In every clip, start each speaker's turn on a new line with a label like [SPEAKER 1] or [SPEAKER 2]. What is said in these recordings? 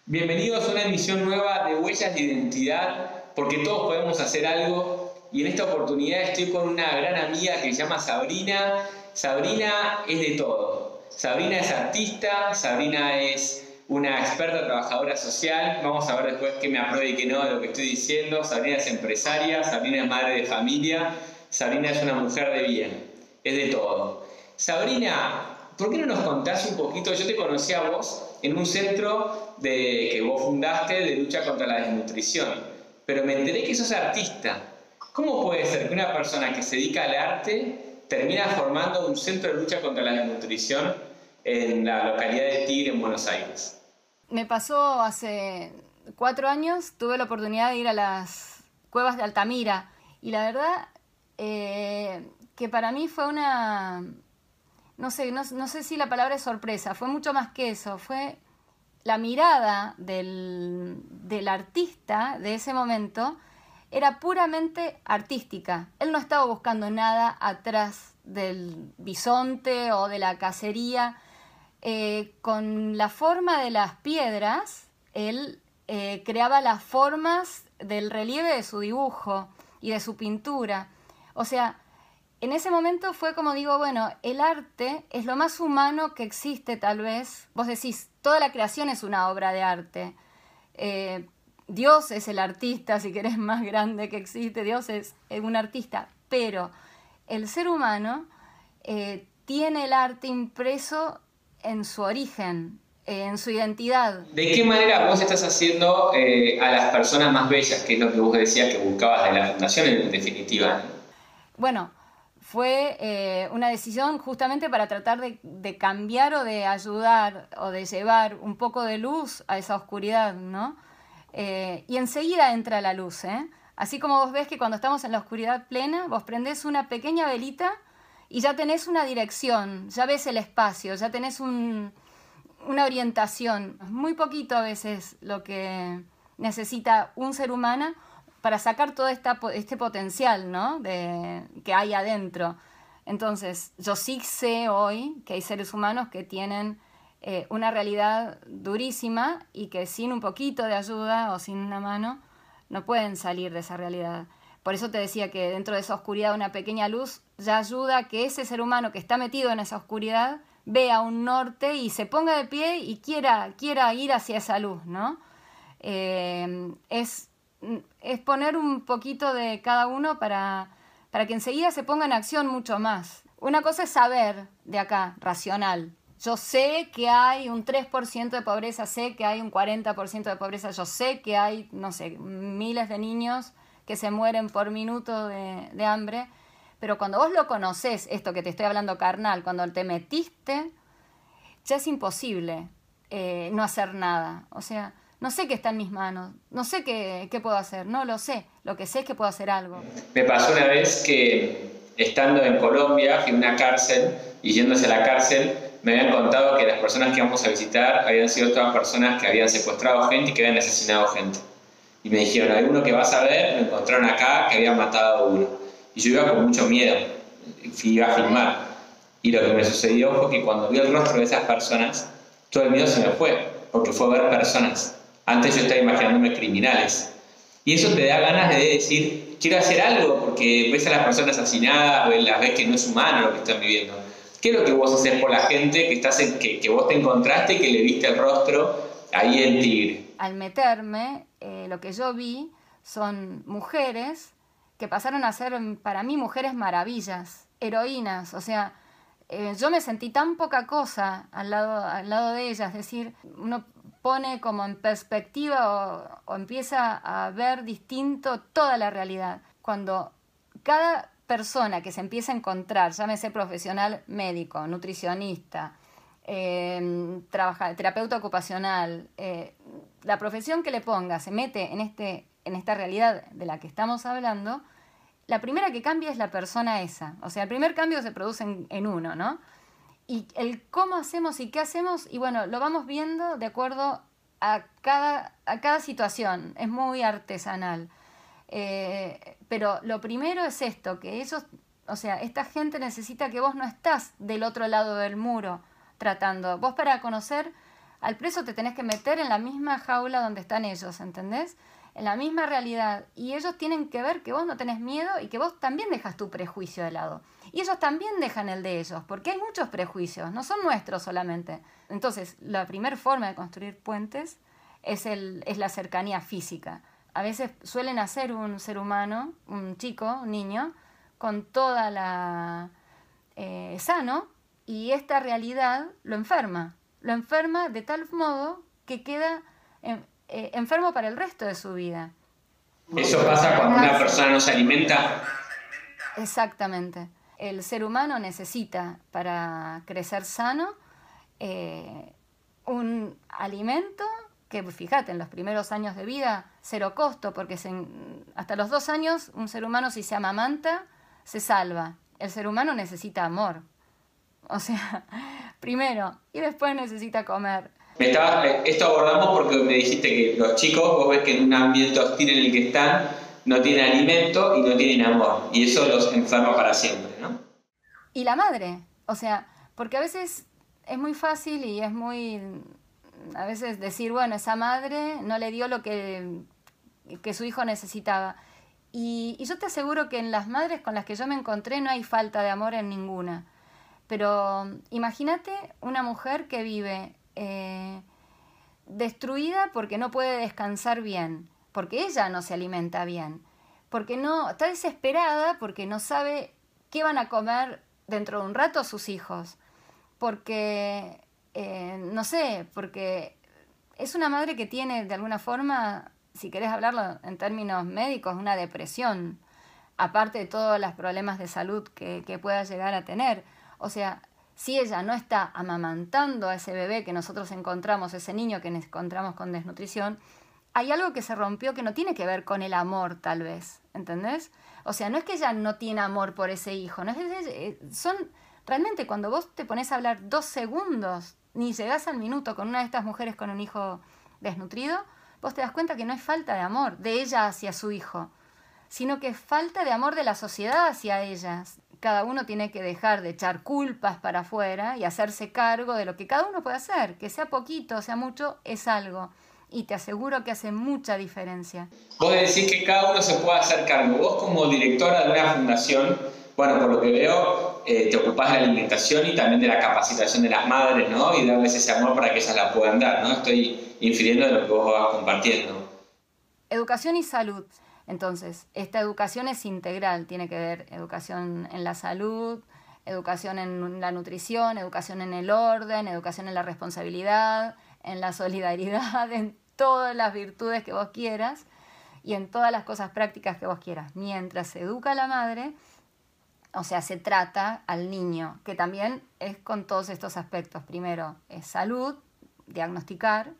[SPEAKER 1] Bienvenidos a una emisión nueva de Huellas de Identidad, porque todos podemos hacer algo y en esta oportunidad estoy con una gran amiga que se llama Sabrina. Sabrina es de todo. Sabrina es artista, Sabrina es una experta trabajadora social. Vamos a ver después qué me apruebe y qué no de lo que estoy diciendo. Sabrina es empresaria, Sabrina es madre de familia, Sabrina es una mujer de bien, es de todo. Sabrina, ¿por qué no nos contás un poquito? Yo te conocí a vos en un centro que vos fundaste de lucha contra la desnutrición, pero me enteré que sos artista. ¿Cómo puede ser que una persona que se dedica al arte termina formando un centro de lucha contra la desnutrición en la localidad de Tigre, en Buenos Aires?
[SPEAKER 2] Me pasó hace 4 años, tuve la oportunidad de ir a las cuevas de Altamira y la verdad que para mí fue una... No sé si la palabra es sorpresa, fue mucho más que eso, fue la mirada del artista de ese momento, era puramente artística. Él no estaba buscando nada atrás del bisonte o de la cacería. Con la forma de las piedras, él creaba las formas del relieve de su dibujo y de su pintura. O sea, en ese momento fue como digo, bueno, el arte es lo más humano que existe tal vez. Vos decís, toda la creación es una obra de arte. Dios es el artista, si querés, más grande que existe. Dios es un artista. Pero el ser humano tiene el arte impreso en su origen, en su identidad.
[SPEAKER 1] ¿De qué manera vos estás haciendo a las personas más bellas, que es lo que vos decías que buscabas de la fundación en definitiva?
[SPEAKER 2] Bueno, fue una decisión justamente para tratar de cambiar o de ayudar o de llevar un poco de luz a esa oscuridad, ¿no? Y enseguida entra la luz, ¿eh? Así como vos ves que cuando estamos en la oscuridad plena, vos prendés una pequeña velita y ya tenés una dirección, ya ves el espacio, ya tenés una orientación. Muy poquito a veces lo que necesita un ser humano para sacar todo este potencial, ¿no? que hay adentro. Entonces, yo sí sé hoy que hay seres humanos que tienen una realidad durísima y que sin un poquito de ayuda o sin una mano no pueden salir de esa realidad. Por eso te decía que dentro de esa oscuridad una pequeña luz ya ayuda a que ese ser humano que está metido en esa oscuridad vea un norte y se ponga de pie y quiera ir hacia esa luz, ¿no? Es poner un poquito de cada uno para que enseguida se ponga en acción mucho más. Una cosa es saber de acá, racional. Yo sé que hay un 3% de pobreza, sé que hay un 40% de pobreza, yo sé que hay, no sé, miles de niños que se mueren por minuto de hambre, pero cuando vos lo conocés, esto que te estoy hablando carnal, cuando te metiste, ya es imposible no hacer nada. O sea, no sé qué está en mis manos, no sé qué puedo hacer, no lo sé. Lo que sé es que puedo hacer algo.
[SPEAKER 1] Me pasó una vez que, estando en Colombia, fui a una cárcel y yéndose a la cárcel, me habían contado que las personas que íbamos a visitar habían sido todas personas que habían secuestrado gente y que habían asesinado gente. Y me dijeron, hay uno que vas a ver, me encontraron acá que había matado a uno. Y yo iba con mucho miedo, iba a filmar. Y lo que me sucedió fue que cuando vi el rostro de esas personas, todo el miedo se me fue, porque fue ver personas. Antes yo estaba imaginándome criminales. Y eso te da ganas de decir, quiero hacer algo, porque ves a las personas asesinadas, o las ves que no es humano lo que están viviendo. ¿Qué es lo que vos haces por la gente que vos te encontraste y que le viste el rostro ahí en Tigre?
[SPEAKER 2] Al meterme, lo que yo vi son mujeres que pasaron a ser para mí mujeres maravillas, heroínas. O sea, yo me sentí tan poca cosa al lado de ellas. Es decir, uno pone como en perspectiva o empieza a ver distinto toda la realidad. Cuando cada persona que se empieza a encontrar, llámese profesional médico, nutricionista, terapeuta ocupacional, la profesión que le ponga se mete en esta realidad de la que estamos hablando, la primera que cambia es la persona esa. O sea, el primer cambio se produce en uno, ¿no? Y el cómo hacemos y qué hacemos, y bueno, lo vamos viendo de acuerdo a cada situación. Es muy artesanal. Pero lo primero es esto, que ellos, o sea, esta gente necesita que vos no estás del otro lado del muro tratando. Vos para conocer Al preso te tenés que meter en la misma jaula donde están ellos, ¿entendés? En la misma realidad. Y ellos tienen que ver que vos no tenés miedo y que vos también dejas tu prejuicio de lado. Y ellos también dejan el de ellos, porque hay muchos prejuicios, no son nuestros solamente. Entonces, la primera forma de construir puentes es la cercanía física. A veces suelen hacer un ser humano, un chico, un niño, con toda la... sano, y esta realidad lo enferma de tal modo que queda enfermo para el resto de su vida.
[SPEAKER 1] ¿Eso pasa cuando una persona no se alimenta?
[SPEAKER 2] Exactamente. El ser humano necesita, para crecer sano, un alimento que, fíjate, en los primeros años de vida, cero costo, porque hasta los 2 años un ser humano, si se amamanta, se salva. El ser humano necesita amor. O sea, primero, y después necesita comer.
[SPEAKER 1] Esto abordamos porque me dijiste que los chicos, vos ves que en un ambiente hostil en el que están, no tienen alimento y no tienen amor. Y eso los enferma para siempre, ¿no?
[SPEAKER 2] Y la madre, o sea, porque a veces es muy fácil y es muy... A veces decir, bueno, esa madre no le dio lo que su hijo necesitaba. Y yo te aseguro que en las madres con las que yo me encontré no hay falta de amor en ninguna. Pero imagínate una mujer que vive destruida porque no puede descansar bien, porque ella no se alimenta bien, porque no está desesperada porque no sabe qué van a comer dentro de un rato sus hijos, porque no sé, porque es una madre que tiene de alguna forma, si querés hablarlo en términos médicos, una depresión, aparte de todos los problemas de salud que pueda llegar a tener. O sea, si ella no está amamantando a ese bebé que nosotros encontramos, ese niño que encontramos con desnutrición, hay algo que se rompió que no tiene que ver con el amor, tal vez, ¿entendés? O sea, no es que ella no tiene amor por ese hijo, no son realmente cuando vos te pones a hablar 2 segundos, ni llegás al minuto con una de estas mujeres con un hijo desnutrido, vos te das cuenta que no es falta de amor de ella hacia su hijo, sino que es falta de amor de la sociedad hacia ellas. Cada uno tiene que dejar de echar culpas para afuera y hacerse cargo de lo que cada uno puede hacer, que sea poquito, sea mucho, es algo. Y te aseguro que hace mucha diferencia.
[SPEAKER 1] Vos decís que cada uno se puede hacer cargo. Vos como directora de una fundación, bueno, por lo que veo, te ocupás de la alimentación y también de la capacitación de las madres, ¿no? Y darles ese amor para que ellas la puedan dar, ¿no? Estoy infiriendo de lo que vos vas compartiendo.
[SPEAKER 2] Educación y salud. Entonces, esta educación es integral, tiene que ver educación en la salud, educación en la nutrición, educación en el orden, educación en la responsabilidad, en la solidaridad, en todas las virtudes que vos quieras y en todas las cosas prácticas que vos quieras. Mientras se educa a la madre, o sea, se trata al niño, que también es con todos estos aspectos. Primero es salud, diagnosticar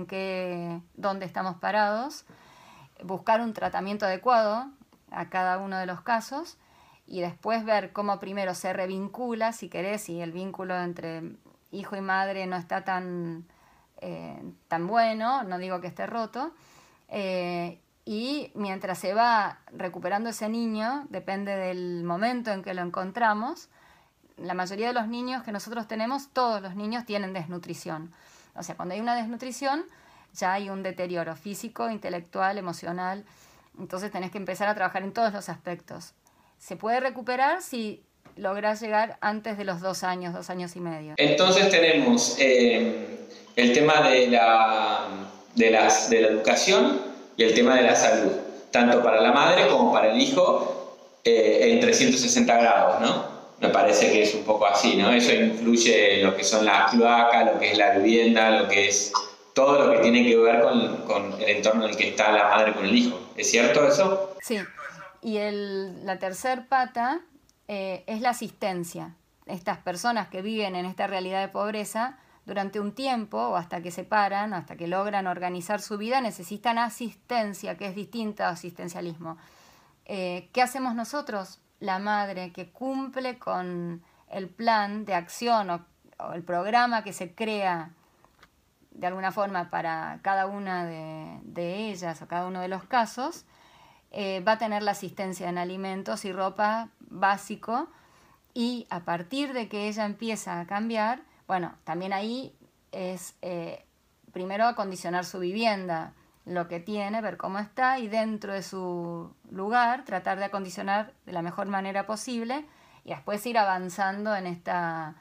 [SPEAKER 2] dónde estamos parados, buscar un tratamiento adecuado a cada uno de los casos y después ver cómo primero se revincula, si querés, si el vínculo entre hijo y madre no está tan bueno, no digo que esté roto, y mientras se va recuperando ese niño, depende del momento en que lo encontramos, la mayoría de los niños que nosotros tenemos, todos los niños tienen desnutrición. O sea, cuando hay una desnutrición, ya hay un deterioro físico, intelectual, emocional. Entonces tenés que empezar a trabajar en todos los aspectos. Se puede recuperar si lográs llegar antes de los 2 años, 2 años y medio.
[SPEAKER 1] Entonces tenemos el tema de la educación y el tema de la salud, tanto para la madre como para el hijo, en 360 grados, ¿no? Me parece que es un poco así, ¿no? Eso incluye lo que son las cloacas, lo que es la vivienda, lo que es todo lo que tiene que ver con el entorno en el que está la madre con el hijo. ¿Es cierto eso?
[SPEAKER 2] Sí. Y la tercer pata es la asistencia. Estas personas que viven en esta realidad de pobreza, durante un tiempo o hasta que se paran, hasta que logran organizar su vida, necesitan asistencia, que es distinta a asistencialismo. ¿Qué hacemos nosotros? La madre que cumple con el plan de acción o el programa que se crea de alguna forma para cada una de ellas o cada uno de los casos, va a tener la asistencia en alimentos y ropa básico, y a partir de que ella empieza a cambiar, bueno, también ahí es primero acondicionar su vivienda, lo que tiene, ver cómo está, y dentro de su lugar tratar de acondicionar de la mejor manera posible, y después ir avanzando en esta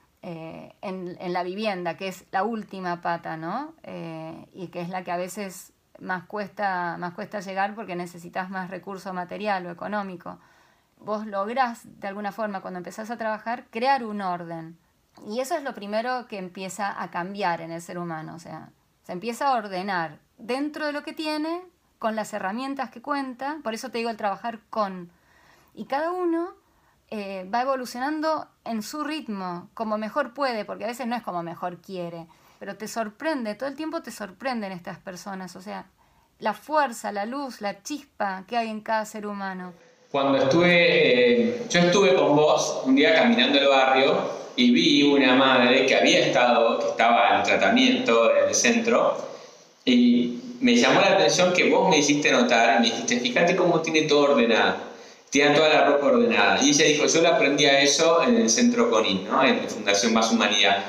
[SPEAKER 2] en la vivienda, que es la última pata, ¿no? Y que es la que a veces más cuesta llegar, porque necesitas más recurso material o económico. Vos lográs, de alguna forma, cuando empezás a trabajar, crear un orden. Y eso es lo primero que empieza a cambiar en el ser humano. O sea, se empieza a ordenar dentro de lo que tiene, con las herramientas que cuenta. Por eso te digo el trabajar con. Y cada uno va evolucionando en su ritmo, como mejor puede, porque a veces no es como mejor quiere. Pero te sorprende, todo el tiempo te sorprenden estas personas. O sea, la fuerza, la luz, la chispa que hay en cada ser humano.
[SPEAKER 1] Cuando yo estuve con vos un día caminando el barrio y vi una madre que estaba en tratamiento en el centro, y me llamó la atención que vos me hiciste notar, y me dijiste, fíjate cómo tiene todo ordenado, tiene toda la ropa ordenada. Y ella dijo, yo le aprendí a eso en el centro CONIN, ¿no? En Fundación Más Humanidad.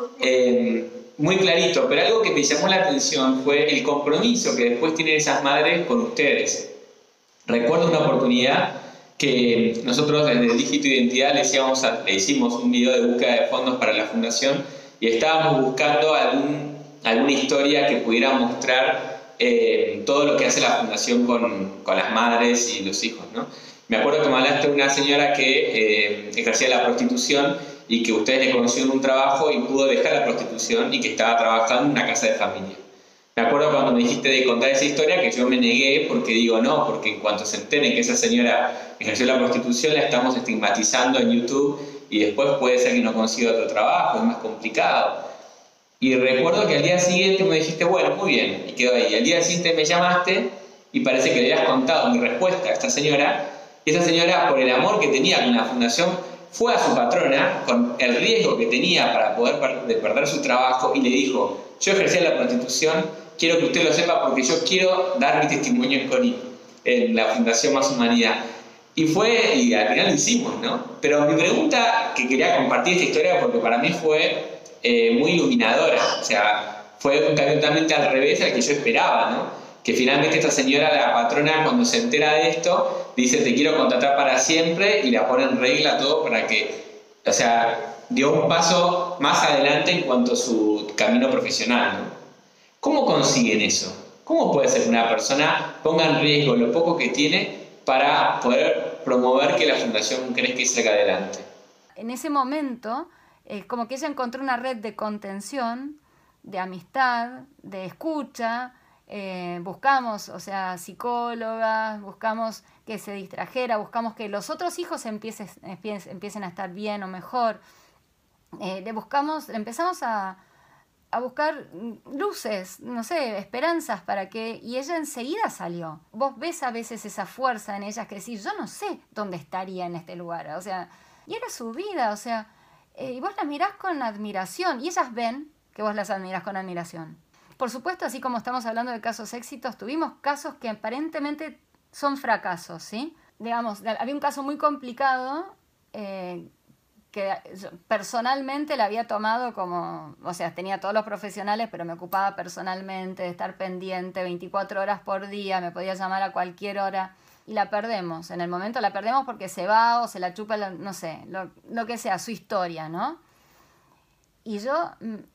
[SPEAKER 1] Muy clarito, pero algo que me llamó la atención fue el compromiso que después tienen esas madres con ustedes. Recuerdo una oportunidad que nosotros desde Dígito Identidad le hicimos un video de búsqueda de fondos para la fundación, y estábamos buscando alguna historia que pudiera mostrar todo lo que hace la fundación con las madres y los hijos, ¿no? Me acuerdo que me hablaste de una señora que ejercía la prostitución y que ustedes le conocieron un trabajo y pudo dejar la prostitución y que estaba trabajando en una casa de familia. Me acuerdo cuando me dijiste de contar esa historia, que yo me negué porque digo no, porque en cuanto se enteren que esa señora ejerció la prostitución, la estamos estigmatizando en YouTube y después puede ser que no consiga otro trabajo, es más complicado. Y recuerdo que al día siguiente me dijiste, bueno, muy bien, y quedó ahí. Al día siguiente me llamaste y parece que le habías contado mi respuesta a esta señora, y esa señora, por el amor que tenía con la fundación, fue a su patrona con el riesgo que tenía para poder perder su trabajo y le dijo, yo ejercía la prostitución, quiero que usted lo sepa porque yo quiero dar mi testimonio en CONIN, en la Fundación Más Humanidad. Y al final lo hicimos, ¿no? Pero mi pregunta, que quería compartir esta historia porque para mí fue muy iluminadora, o sea, fue un cambio totalmente al revés al que yo esperaba, ¿no? Que finalmente esta señora, la patrona, cuando se entera de esto, dice, te quiero contratar para siempre, y la pone en regla todo para que, o sea, dio un paso más adelante en cuanto a su camino profesional, ¿no? ¿Cómo consiguen eso? ¿Cómo puede ser que una persona ponga en riesgo lo poco que tiene para poder promover que la fundación crezca y salga adelante?
[SPEAKER 2] En ese momento, como que ella encontró una red de contención, de amistad, de escucha. Buscamos, o sea, psicólogas, buscamos que se distrajera, buscamos que los otros hijos empiecen a estar bien o mejor. Empezamos a buscar luces, no sé, esperanzas y ella enseguida salió. Vos ves a veces esa fuerza en ellas que decís, yo no sé dónde estaría en este lugar, o sea, y era su vida, o sea, y vos las mirás con admiración, y ellas ven que vos las admirás con admiración. Por supuesto, así como estamos hablando de casos éxitos, tuvimos casos que aparentemente son fracasos, ¿sí? Digamos, había un caso muy complicado que personalmente la había tomado como, o sea, tenía todos los profesionales, pero me ocupaba personalmente de estar pendiente 24 horas por día, me podía llamar a cualquier hora, y la perdemos. En el momento la perdemos porque se va o se la chupa, no sé, lo que sea, su historia, ¿no? Y yo...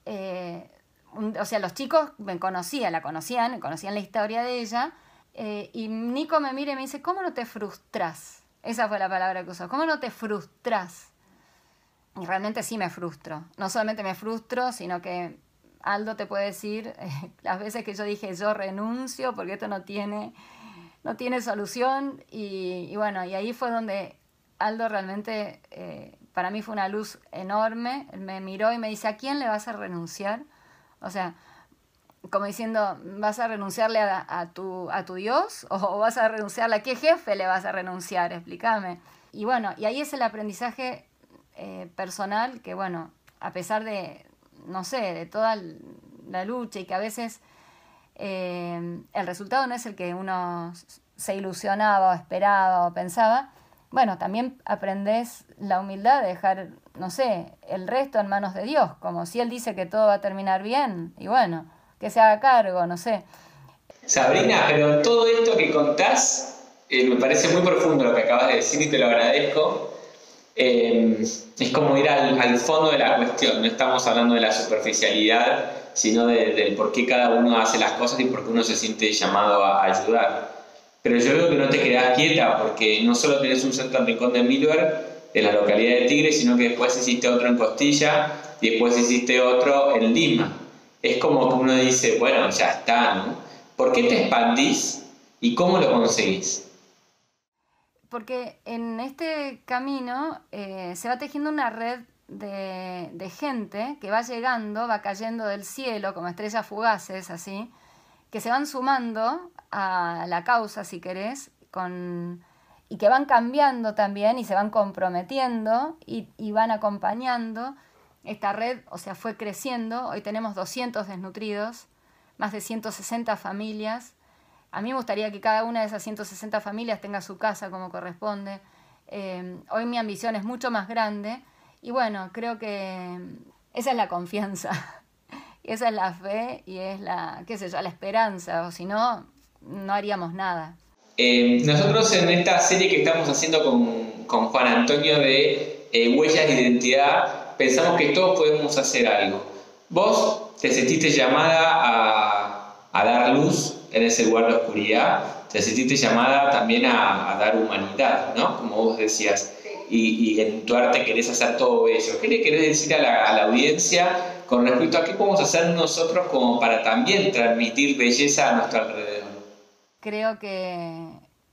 [SPEAKER 2] o sea, los chicos conocían la historia de ella, y Nico me mira y me dice, ¿cómo no te frustras? Esa fue la palabra que usó, ¿cómo no te frustras? Y realmente sí me frustro, no solamente me frustro, sino que Aldo te puede decir las veces que yo dije, yo renuncio porque esto no tiene solución, y bueno, y ahí fue donde Aldo realmente, para mí fue una luz enorme. Él me miró y me dice, ¿a quién le vas a renunciar? O sea, como diciendo, ¿vas a renunciarle a tu Dios? ¿O vas a renunciarle a qué jefe le vas a renunciar? Explícame. Y bueno, y ahí es el aprendizaje personal que, bueno, a pesar de, no sé, de toda la lucha, y que a veces el resultado no es el que uno se ilusionaba o esperaba o pensaba, bueno, también aprendes la humildad de dejar, no sé, el resto en manos de Dios, como si Él dice que todo va a terminar bien, y bueno, que se haga cargo, no sé.
[SPEAKER 1] Sabrina, pero todo esto que contás me parece muy profundo lo que acabas de decir y te lo agradezco. Es como ir al fondo de la cuestión, no estamos hablando de la superficialidad, sino del por qué cada uno hace las cosas y por qué uno se siente llamado a ayudar. Pero yo veo que no te quedás quieta, porque no solo tenés un centro en Rincón de Milver, en la localidad de Tigre, sino que después hiciste otro en Costilla y después hiciste otro en Lima. Es como que uno dice, bueno, ya está, ¿no? ¿Por qué te expandís y cómo lo conseguís?
[SPEAKER 2] Porque en este camino se va tejiendo una red de gente que va llegando, va cayendo del cielo como estrellas fugaces, así, que se van sumando a la causa, si querés, y que van cambiando también y se van comprometiendo y van acompañando. Esta red, o sea, fue creciendo. Hoy tenemos 200 desnutridos, más de 160 familias. A mí me gustaría que cada una de esas 160 familias tenga su casa como corresponde. Hoy mi ambición es mucho más grande y bueno, creo que esa es la confianza, esa es la fe y es la, qué sé yo, la esperanza, o si no, no haríamos nada.
[SPEAKER 1] Nosotros en esta serie que estamos haciendo con Juan Antonio de Huellas de Identidad, pensamos que todos podemos hacer algo. Vos te sentiste llamada a dar luz en ese lugar de oscuridad, te sentiste llamada también a dar humanidad, ¿no? Como vos decías, y en tu arte querés hacer todo bello. ¿Qué le querés decir a la audiencia con respecto a qué podemos hacer nosotros como para también transmitir belleza a nuestro alrededor?
[SPEAKER 2] Creo que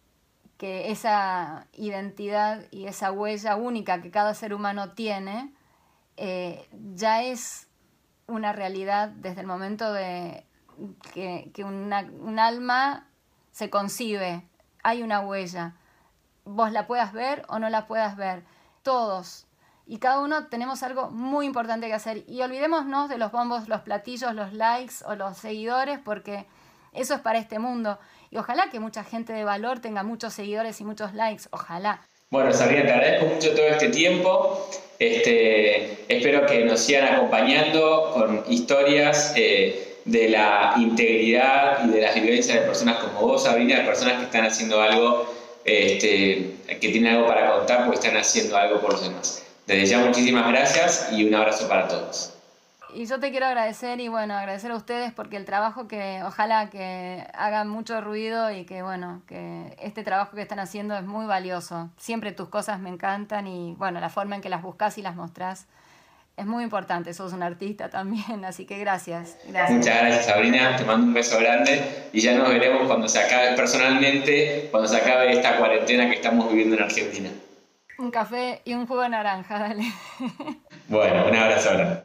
[SPEAKER 2] esa identidad y esa huella única que cada ser humano tiene ya es una realidad desde el momento de que un alma se concibe, hay una huella. Vos la puedas ver o no la puedas ver, todos. Y cada uno tenemos algo muy importante que hacer. Y olvidémonos de los bombos, los platillos, los likes o los seguidores, porque eso es para este mundo. Y ojalá que mucha gente de valor tenga muchos seguidores y muchos likes, ojalá.
[SPEAKER 1] Bueno, Sabrina, te agradezco mucho todo este tiempo. Espero que nos sigan acompañando con historias de la integridad y de las vivencias de personas como vos, Sabrina, de personas que están haciendo algo, que tienen algo para contar porque están haciendo algo por los demás. Desde ya, muchísimas gracias y un abrazo para todos.
[SPEAKER 2] Y yo te quiero agradecer y bueno, agradecer a ustedes porque el trabajo que ojalá que hagan mucho ruido y que bueno, que este trabajo que están haciendo es muy valioso. Siempre tus cosas me encantan y bueno, la forma en que las buscas y las mostrás es muy importante. Sos un artista también, así que gracias.
[SPEAKER 1] Muchas gracias, Sabrina, te mando un beso grande y ya nos veremos cuando se acabe personalmente, cuando se acabe esta cuarentena que estamos viviendo en Argentina.
[SPEAKER 2] Un café y un jugo de naranja, dale.
[SPEAKER 1] Bueno, un abrazo grande.